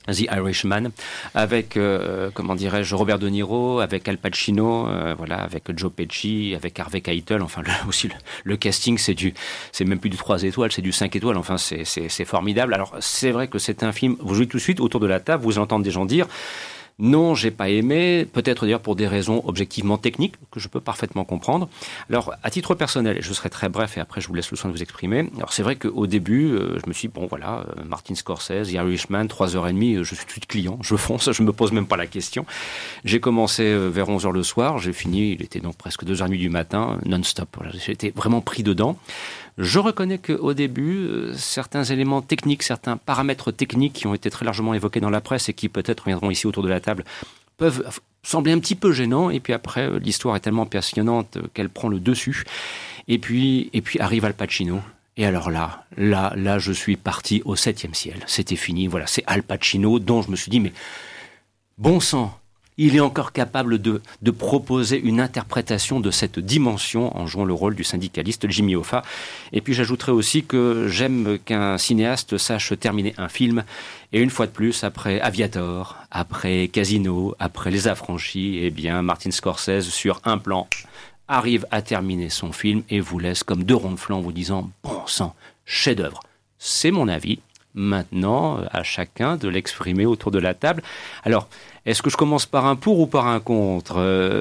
The Irishman, avec, comment dirais-je, Robert De Niro, avec Al Pacino, avec Joe Pesci, avec Harvey Keitel. Enfin, le casting, c'est même plus du 3 étoiles, c'est du 5 étoiles. Enfin, c'est formidable. Alors, c'est vrai que c'est un film, vous jouez tout de suite autour de la table, vous entendez des gens dire non, j'ai pas aimé, peut-être d'ailleurs pour des raisons objectivement techniques que je peux parfaitement comprendre. Alors, à titre personnel, et je serai très bref et après je vous laisse le soin de vous exprimer. Alors, c'est vrai qu'au début, je me suis dit, Martin Scorsese, The Irishman, 3h30, je suis tout de suite client, je fonce, je me pose même pas la question. J'ai commencé vers 11h le soir, j'ai fini, il était donc presque 2h30 du matin, non-stop. Voilà, j'étais vraiment pris dedans. Je reconnais qu'au début, certains éléments techniques, certains paramètres techniques qui ont été très largement évoqués dans la presse et qui peut-être reviendront ici autour de la table, peuvent sembler un petit peu gênants. Et puis après, l'histoire est tellement passionnante qu'elle prend le dessus. Et puis arrive Al Pacino. Et alors là, je suis parti au 7e ciel. C'était fini. Voilà, c'est Al Pacino dont je me suis dit, mais bon sang, il est encore capable de proposer une interprétation de cette dimension en jouant le rôle du syndicaliste Jimmy Hoffa. Et puis j'ajouterai aussi que j'aime qu'un cinéaste sache terminer un film. Et une fois de plus, après Aviator, après Casino, après Les Affranchis, eh bien Martin Scorsese, sur un plan, arrive à terminer son film et vous laisse comme deux ronds de flanc en vous disant « Bon sang, chef-d'œuvre ». C'est mon avis. Maintenant, à chacun de l'exprimer autour de la table. Alors, est-ce que je commence par un pour ou par un contre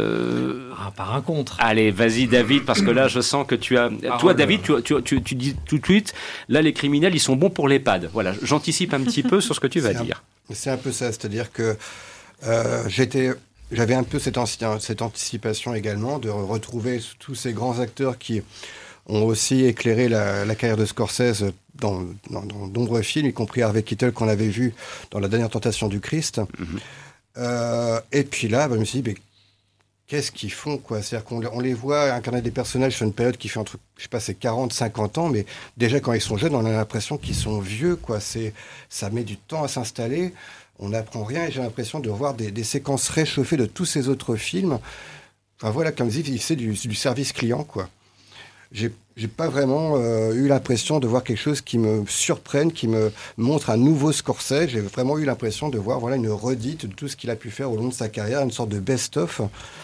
Par un contre. Allez, vas-y David, parce que là, je sens que tu as... Toi, David, tu dis tout de suite, là, les criminels, ils sont bons pour l'EHPAD. Voilà, j'anticipe un petit peu sur ce que tu vas dire. C'est un peu ça, c'est-à-dire que j'avais un peu cette anticipation également de retrouver tous ces grands acteurs qui ont aussi éclairé la carrière de Scorsese dans de nombreux films, y compris Harvey Keitel qu'on avait vu dans La Dernière Tentation du Christ. Et puis là, je me suis dit, mais qu'est-ce qu'ils font, quoi? C'est-à-dire qu'on les voit incarner des personnages sur une période qui fait entre, je sais pas, c'est 40, 50 ans, mais déjà quand ils sont jeunes, on a l'impression qu'ils sont vieux, quoi. Ça met du temps à s'installer, on n'apprend rien, et j'ai l'impression de voir des séquences réchauffées de tous ces autres films. Enfin voilà, comme je dis, c'est du service client, quoi. J'ai pas vraiment eu l'impression de voir quelque chose qui me surprenne, qui me montre un nouveau Scorsese. J'ai vraiment eu l'impression de voir une redite de tout ce qu'il a pu faire au long de sa carrière, une sorte de best-of.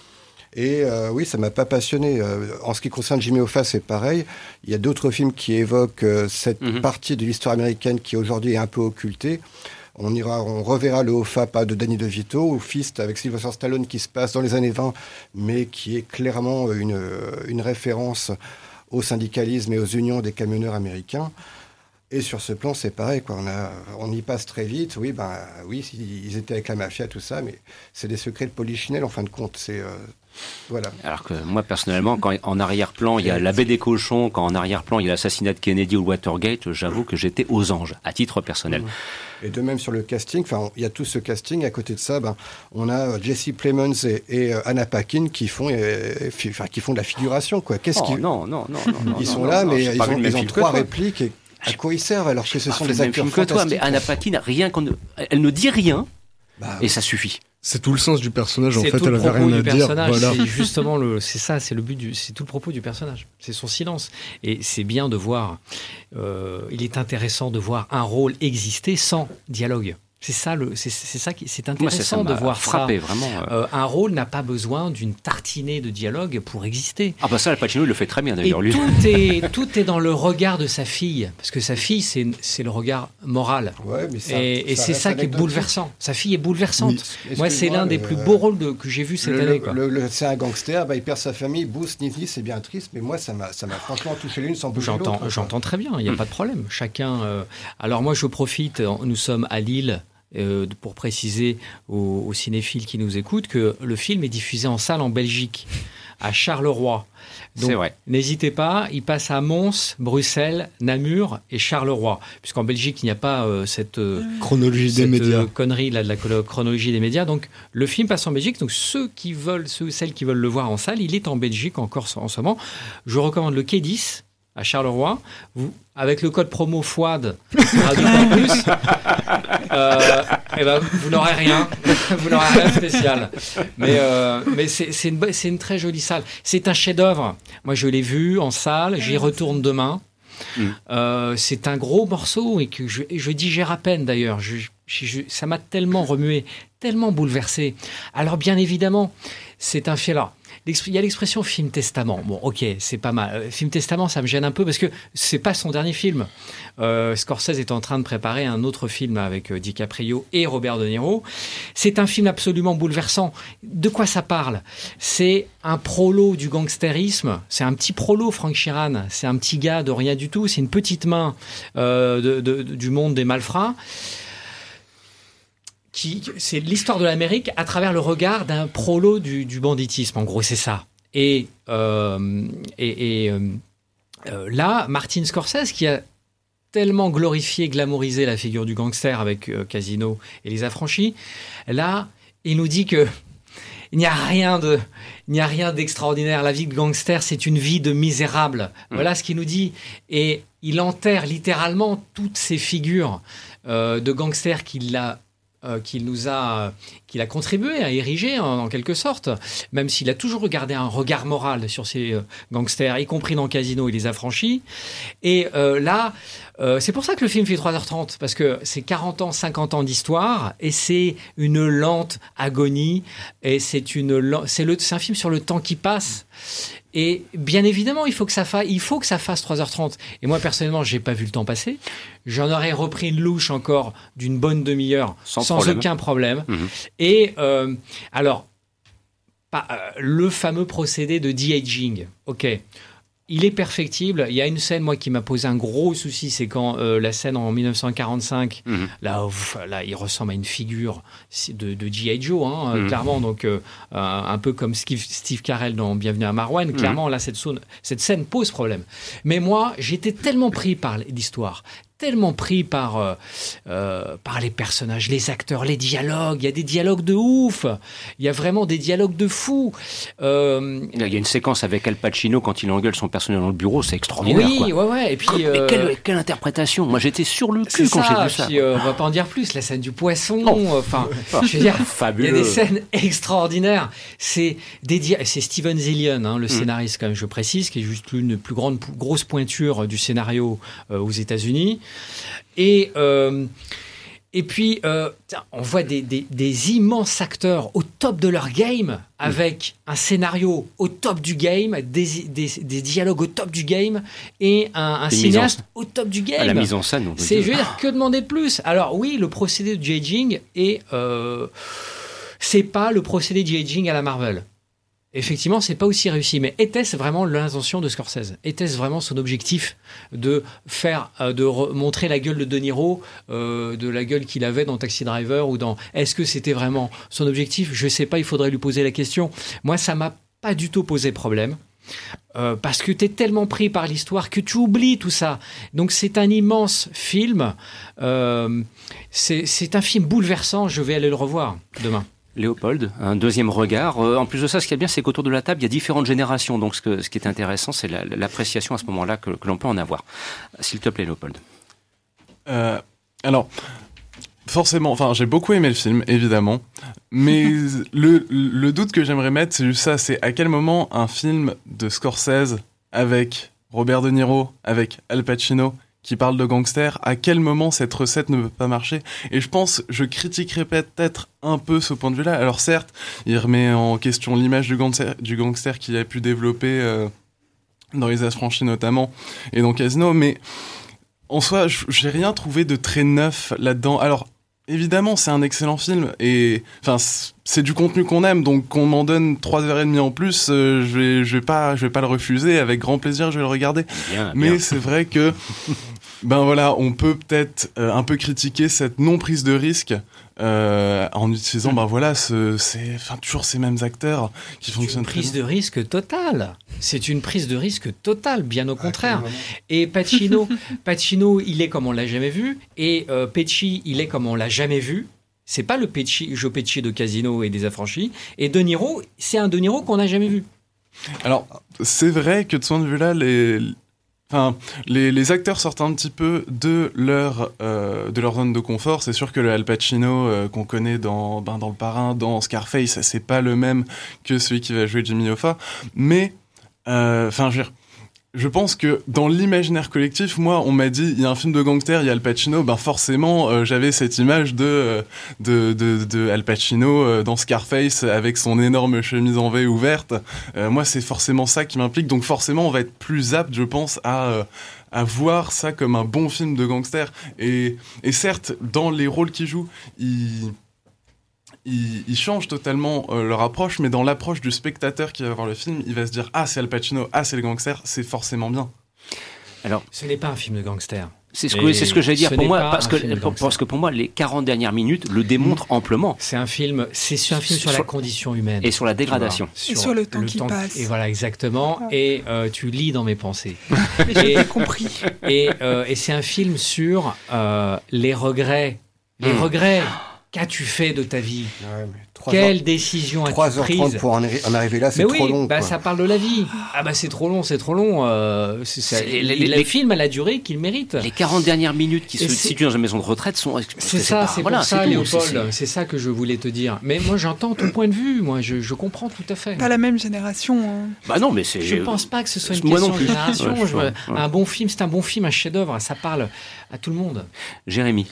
Et oui, ça m'a pas passionné. En ce qui concerne Jimmy Hoffa, c'est pareil. Il y a d'autres films qui évoquent cette partie de l'histoire américaine qui aujourd'hui est un peu occultée. On reverra le Hoffa pas de Danny DeVito ou Fist avec Sylvester Stallone qui se passe dans les années 20, mais qui est clairement une référence au syndicalisme et aux unions des camionneurs américains. Et sur ce plan, c'est pareil, quoi. On y passe très vite. Oui, ils étaient avec la mafia, tout ça, mais c'est des secrets de Polichinelle, en fin de compte. Voilà. Alors que moi, personnellement, quand en arrière-plan, il y a la baie des cochons, quand en arrière-plan, il y a l'assassinat de Kennedy ou Watergate, j'avoue que j'étais aux anges, à titre personnel. Et de même sur le casting, il y a tout ce casting. À côté de ça, on a Jesse Plemons et Anna Paquin qui font de la figuration, quoi. Non. Ils sont là, mais ils ont 3 répliques. Et à quoi ils servent alors que ce sont des acteurs fantastiques? Que toi, mais Anna Paquin, elle ne dit rien, et ça suffit. C'est tout le sens du personnage, en fait, elle avait rien à dire. Voilà. C'est justement c'est le but c'est tout le propos du personnage. C'est son silence. Et c'est bien de voir, il est intéressant de voir un rôle exister sans dialogue. C'est intéressant de voir frappé, ça. Vraiment. Un rôle n'a pas besoin d'une tartinée de dialogue pour exister. Ah ça, Al Pacino, il le fait très bien d'ailleurs. Et tout est dans le regard de sa fille, parce que sa fille, c'est le regard moral. Ouais, mais et c'est ça qui est bouleversant. Sa fille est bouleversante. Oui. Moi, c'est l'un des plus beaux rôles que j'ai vu cette année. C'est un gangster, il perd sa famille, Bruce Nitti, c'est bien triste, mais moi, ça m'a franchement touché l'une sans bouger l'autre. J'entends très bien, il n'y a pas de problème. Chacun. Alors moi, je profite. Nous sommes à Lille. Pour préciser aux cinéphiles qui nous écoutent que le film est diffusé en salle en Belgique, à Charleroi. Donc, c'est vrai. N'hésitez pas, il passe à Mons, Bruxelles, Namur et Charleroi. Puisqu'en Belgique, il n'y a pas cette chronologie des médias. Connerie là, de la chronologie des médias. Donc, le film passe en Belgique. Donc, celles qui veulent le voir en salle, il est en Belgique encore en ce moment. Je recommande le Quai 10 à Charleroi. Avec le code promo FOAD, Radio Campus, vous n'aurez rien. Vous n'aurez rien de spécial. Mais c'est une très jolie salle. C'est un chef-d'œuvre. Moi, je l'ai vu en salle. J'y retourne demain. C'est un gros morceau et que je digère à peine d'ailleurs. ça m'a tellement remué, tellement bouleversé. Alors bien évidemment, c'est un film. Alors, il y a l'expression film testament. Bon, ok, c'est pas mal. Film testament, ça me gêne un peu parce que c'est pas son dernier film. Scorsese est en train de préparer un autre film avec DiCaprio et Robert De Niro. C'est un film absolument bouleversant. De quoi ça parle ? C'est un prolo du gangstérisme. C'est un petit prolo, Frank Sheeran. C'est un petit gars de rien du tout. C'est une petite main du monde des malfrats. C'est l'histoire de l'Amérique à travers le regard d'un prolo du banditisme. En gros, c'est ça. Et là, Martin Scorsese, qui a tellement glorifié, glamourisé la figure du gangster avec Casino et Les Affranchis, là, il nous dit que il n'y a rien d'extraordinaire. La vie de gangster, c'est une vie de misérable. Voilà ce qu'il nous dit. Et il enterre littéralement toutes ces figures de gangsters qu'il a contribué à ériger en quelque sorte, même s'il a toujours gardé un regard moral sur ces gangsters, y compris dans Casino et Les Affranchis. Et là, c'est pour ça que le film fait 3h30, parce que c'est 40 ans, 50 ans d'histoire, et c'est une lente agonie, et c'est un film sur le temps qui passe. Et bien évidemment, il faut que ça fasse 3h30. Et moi, personnellement, j'ai pas vu le temps passer. J'en aurais repris une louche encore d'une bonne demi-heure sans aucun problème. Mmh. Et le fameux procédé de de-aging. Ok. Il est perfectible. Il y a une scène, moi, qui m'a posé un gros souci, c'est quand la scène en 1945, là, il ressemble à une figure de G.I. Joe, clairement, donc un peu comme Steve Carell dans Bienvenue à Marwan. Clairement, là, cette scène pose problème. Mais moi, j'étais tellement pris par l'histoire, tellement pris par les personnages, les acteurs, les dialogues. Il y a des dialogues de ouf. Il y a vraiment des dialogues de fou. Il y a une séquence avec Al Pacino quand il engueule son personnel dans le bureau, c'est extraordinaire. Oui, quoi. Ouais. Et puis, mais quelle interprétation. Moi, j'étais sur le cul quand j'ai vu ça. Puis, on va pas en dire plus. La scène du poisson. Je veux dire, fabuleux. Il y a des scènes extraordinaires. C'est Steven Zillion, le scénariste, quand même, je précise, qui est juste l'une des plus grosses pointures du scénario aux États-Unis. Et puis, on voit des immenses acteurs au top de leur game, avec un scénario au top du game, des dialogues au top du game, et un cinéaste au top du game. La mise en scène, on peut dire. Je veux dire, que demander de plus ? Alors oui, le procédé de de-aging c'est pas le procédé de de-aging à la Marvel. Effectivement, c'est pas aussi réussi. Mais était-ce vraiment l'intention de Scorsese ? Était-ce vraiment son objectif de montrer la gueule de De Niro, de la gueule qu'il avait dans Taxi Driver ou dans... Est-ce que c'était vraiment son objectif ? Je sais pas, il faudrait lui poser la question. Moi, ça m'a pas du tout posé problème. Parce que tu es tellement pris par l'histoire que tu oublies tout ça. Donc c'est un immense film. C'est un film bouleversant. Je vais aller le revoir demain. Léopold, un deuxième regard. En plus de ça, ce qui est bien, c'est qu'autour de la table, il y a différentes générations. Donc, ce qui est intéressant, c'est l'appréciation à ce moment-là que l'on peut en avoir. S'il te plaît, Léopold. Alors, forcément, j'ai beaucoup aimé le film, évidemment. Mais le doute que j'aimerais mettre, c'est juste ça. C'est à quel moment un film de Scorsese avec Robert De Niro, avec Al Pacino, qui parle de gangster, à quel moment cette recette ne peut pas marcher ? Et je critiquerais peut-être un peu ce point de vue-là. Alors certes, il remet en question l'image du gangster qu'il a pu développer dans Les Affranchis notamment, et dans Casino, mais en soi, j'ai rien trouvé de très neuf là-dedans. Alors, évidemment, c'est un excellent film, et c'est du contenu qu'on aime, donc qu'on m'en donne 3h30 en plus, je vais pas le refuser, avec grand plaisir, je vais le regarder. Mais c'est vrai que on peut peut-être un peu critiquer cette non prise de risque en utilisant toujours ces mêmes acteurs qui fonctionnent. C'est une prise de risque totale. C'est une prise de risque totale, bien au contraire. Et Pacino, il est comme on l'a jamais vu, et Pesci, il est comme on l'a jamais vu. C'est pas le Joe Pesci de Casino et des Affranchis. Et De Niro, c'est un De Niro qu'on n'a jamais vu. Alors, c'est vrai que de ce point de vue-là, les acteurs sortent un petit peu de leur zone de confort. C'est sûr que le Al Pacino qu'on connaît dans Le Parrain, dans Scarface, c'est pas le même que celui qui va jouer Jimmy Hoffa. Mais, Je pense que dans l'imaginaire collectif, moi, on m'a dit, il y a un film de gangster, il y a Al Pacino, forcément, j'avais cette image de Al Pacino dans Scarface avec son énorme chemise en V ouverte. Moi, c'est forcément ça qui m'implique, donc forcément, on va être plus apte, je pense, à voir ça comme un bon film de gangster. Et certes, dans les rôles qu'ils jouent, ils changent totalement leur approche, mais dans l'approche du spectateur qui va voir le film, il va se dire « Ah, c'est Al Pacino, ah, c'est le gangster, c'est forcément bien ». Alors, ce n'est pas un film de gangster. C'est ce que j'allais dire pour moi, parce que pour moi, les 40 dernières minutes le démontrent amplement. C'est un film sur la condition humaine. Et sur la dégradation. Et sur le temps qui passe. Et voilà, exactement. Ah. Et tu lis dans mes pensées. J'ai compris. Et c'est un film sur les regrets. Les regrets. Qu'as-tu fait de ta vie ? Quelle décision as-tu prise ? 3h30 pour en arriver là, c'est trop long. Ça parle de la vie. C'est trop long. Le film a la durée qu'il mérite. Les 40 dernières minutes qui se situent dans une maison de retraite sont... C'est ça, Léopold. C'est ça que je voulais te dire. Mais moi, j'entends ton point de vue. Moi, je comprends tout à fait. Pas la même génération. Non, mais c'est... Je ne pense pas que ce soit une question de génération. Un bon film, c'est un bon film, un chef-d'œuvre. Ça parle à tout le monde. Jérémy.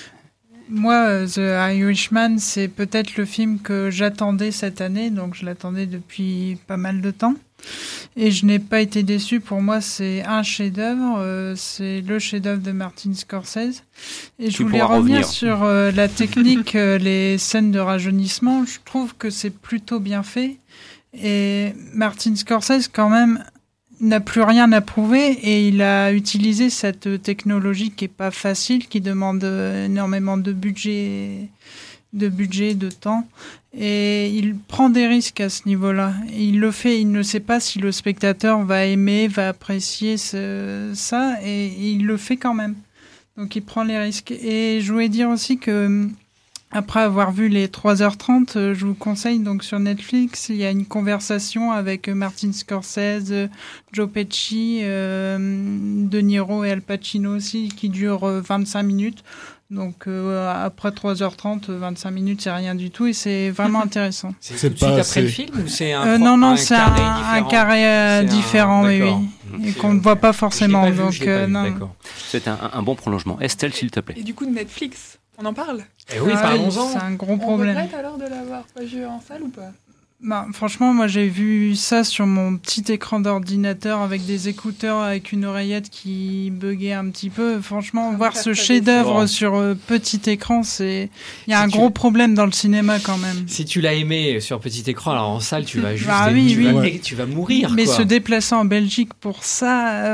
Moi, The Irishman, c'est peut-être le film que j'attendais cette année, donc je l'attendais depuis pas mal de temps. Et je n'ai pas été déçu. Pour moi, c'est un chef-d'œuvre. C'est le chef-d'œuvre de Martin Scorsese. Et je voulais revenir sur la technique, les scènes de rajeunissement. Je trouve que c'est plutôt bien fait. Et Martin Scorsese, quand même, n'a plus rien à prouver et il a utilisé cette technologie qui est pas facile, qui demande énormément de budget, de temps, et il prend des risques à ce niveau-là. Il le fait, il ne sait pas si le spectateur va aimer, va apprécier ça, et il le fait quand même. Donc il prend les risques. Et je voulais dire aussi que après avoir vu les 3h30, je vous conseille donc sur Netflix, il y a une conversation avec Martin Scorsese, Joe Pesci, De Niro et Al Pacino aussi, qui dure 25 minutes. Donc après 3h30, 25 minutes, c'est rien du tout et c'est vraiment intéressant. C'est tout de suite après le film ou c'est non, c'est un carré différent, oui. Et qu'on ne voit pas forcément. C'est un bon prolongement. Estelle, s'il te plaît. Et du coup, Netflix, on en parle ? Oui, parlons-en. C'est un gros problème. On regrette alors de l'avoir pas vu en salle ou pas ? Franchement, moi j'ai vu ça sur mon petit écran d'ordinateur avec des écouteurs, avec une oreillette qui buguait un petit peu. Franchement, voir ce chef-d'œuvre sur petit écran, il y a un gros problème dans le cinéma quand même. Si tu l'as aimé sur petit écran, alors en salle, tu vas juste tu vas mourir. Mais se déplacer en Belgique pour ça,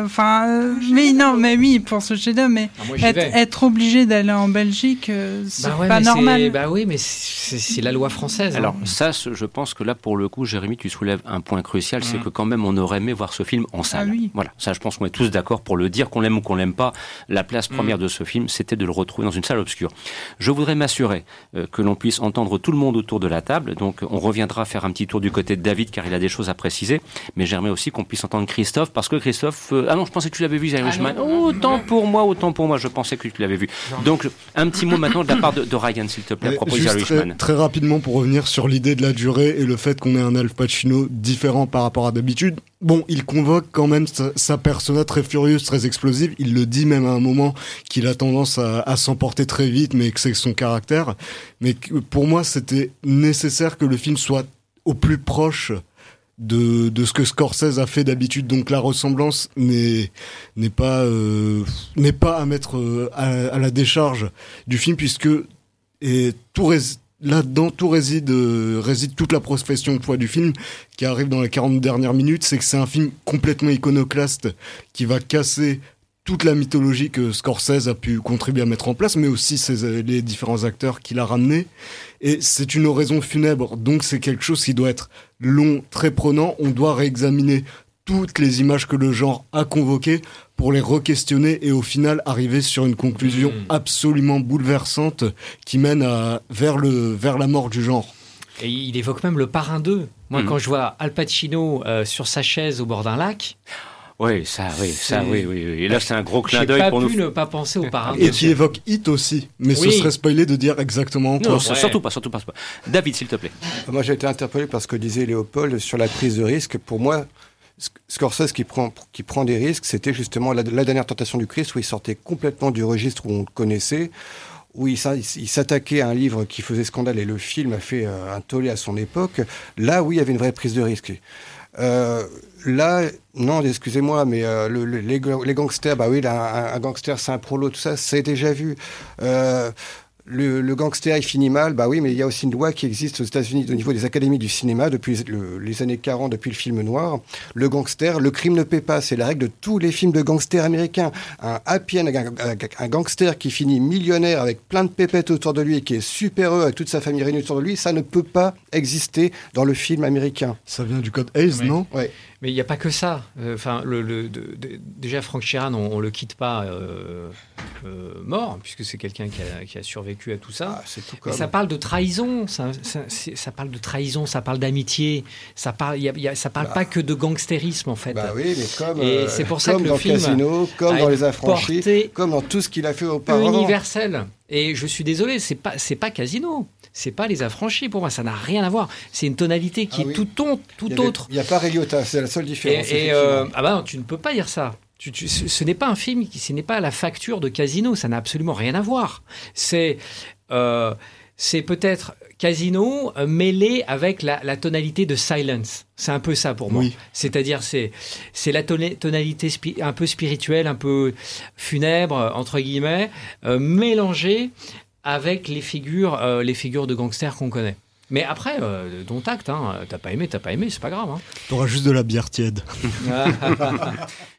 pour ce chef-d'œuvre, mais être obligé d'aller en Belgique, c'est pas normal. Mais c'est la loi française. Alors ça, je pense que là, pour le coup, Jérémy, tu soulèves un point crucial, c'est que quand même on aurait aimé voir ce film en salle. Voilà, ça je pense qu'on est tous d'accord pour le dire, qu'on l'aime ou qu'on l'aime pas. La place première de ce film, c'était de le retrouver dans une salle obscure. Je voudrais m'assurer que l'on puisse entendre tout le monde autour de la table, donc on reviendra faire un petit tour du côté de David car il a des choses à préciser, mais j'aimerais aussi qu'on puisse entendre Christophe, parce que Christophe... je pensais que tu l'avais vu, Irishman. Autant pour moi, je pensais que tu l'avais vu. Donc un petit mot maintenant de la part de Ryan, s'il te plaît, à propos d'Irishman. Très rapidement pour revenir sur l'idée de la durée et le fait qu'on ait un Al Pacino différent par rapport à d'habitude. Bon, il convoque quand même sa persona très furieuse, très explosive. Il le dit même à un moment qu'il a tendance à s'emporter très vite, mais que c'est son caractère. Mais pour moi, c'était nécessaire que le film soit au plus proche de ce que Scorsese a fait d'habitude. Donc la ressemblance n'est pas à mettre à la décharge du film, puisque là-dedans, tout réside toute la profession de foi du film qui arrive dans les 40 dernières minutes. C'est que c'est un film complètement iconoclaste qui va casser toute la mythologie que Scorsese a pu contribuer à mettre en place, mais aussi les différents acteurs qu'il a ramenés. Et c'est une oraison funèbre, donc c'est quelque chose qui doit être long, très prenant. On doit réexaminer toutes les images que le genre a convoquées pour les re-questionner et au final arriver sur une conclusion absolument bouleversante qui mène vers la mort du genre. Et il évoque même le Parrain 2. Moi, quand je vois Al Pacino sur sa chaise au bord d'un lac... Oui. Et là, c'est un gros clin d'œil pour nous. J'ai pas pu ne pas penser au Parrain 2. Et qui évoque Hit aussi. Mais ce serait spoilé de dire exactement quoi. Non, surtout pas. David, s'il te plaît. Moi, j'ai été interpellé par ce que disait Léopold sur la prise de risque. Pour moi, Scorsese qui prend des risques, c'était justement la dernière tentation du Christ, où il sortait complètement du registre où on le connaissait, où il s'attaquait à un livre qui faisait scandale, et le film a fait un tollé à son époque. Là, oui, il y avait une vraie prise de risque. Là, non, excusez-moi, mais les gangsters, bah oui, un gangster, c'est un prolo, tout ça, c'est déjà vu. Le gangster, il finit mal, bah oui, mais il y a aussi une loi qui existe aux États-Unis au niveau des académies du cinéma depuis les années 40, depuis le film noir. Le gangster, le crime ne paie pas. C'est la règle de tous les films de gangsters américains. Un happy end, un gangster qui finit millionnaire avec plein de pépettes autour de lui et qui est super heureux avec toute sa famille réunie autour de lui, ça ne peut pas exister dans le film américain. Ça vient du code Hays, non ? Ouais. Mais il n'y a pas que ça. Enfin, déjà, Frank Sheeran, on ne le quitte pas mort, puisque c'est quelqu'un qui a survécu à tout ça. Ah, c'est tout comme... Mais ça parle de trahison, ça parle de trahison, ça parle d'amitié, ça parle pas que de gangstérisme, en fait. Bah oui, mais comme, c'est pour ça comme que dans le film Casino, comme dans Les Affranchis, comme dans tout ce qu'il a fait auparavant. Universel. Et je suis désolé, c'est pas Casino. C'est pas Les Affranchis pour moi, ça n'a rien à voir. C'est une tonalité qui est tout autre. Il n'y a pas Ray Liotta, c'est la seule différence. Tu ne peux pas dire ça. Ce n'est pas un film, ce n'est pas la facture de Casino, ça n'a absolument rien à voir. C'est peut-être Casino mêlé avec la tonalité de Silence. C'est un peu ça pour moi. Oui. C'est-à-dire c'est la tonalité un peu spirituelle, un peu funèbre entre guillemets, mélangée avec les figures de gangsters qu'on connaît. Mais après, dont acte, t'as pas aimé, c'est pas grave. Hein. T'auras juste de la bière tiède.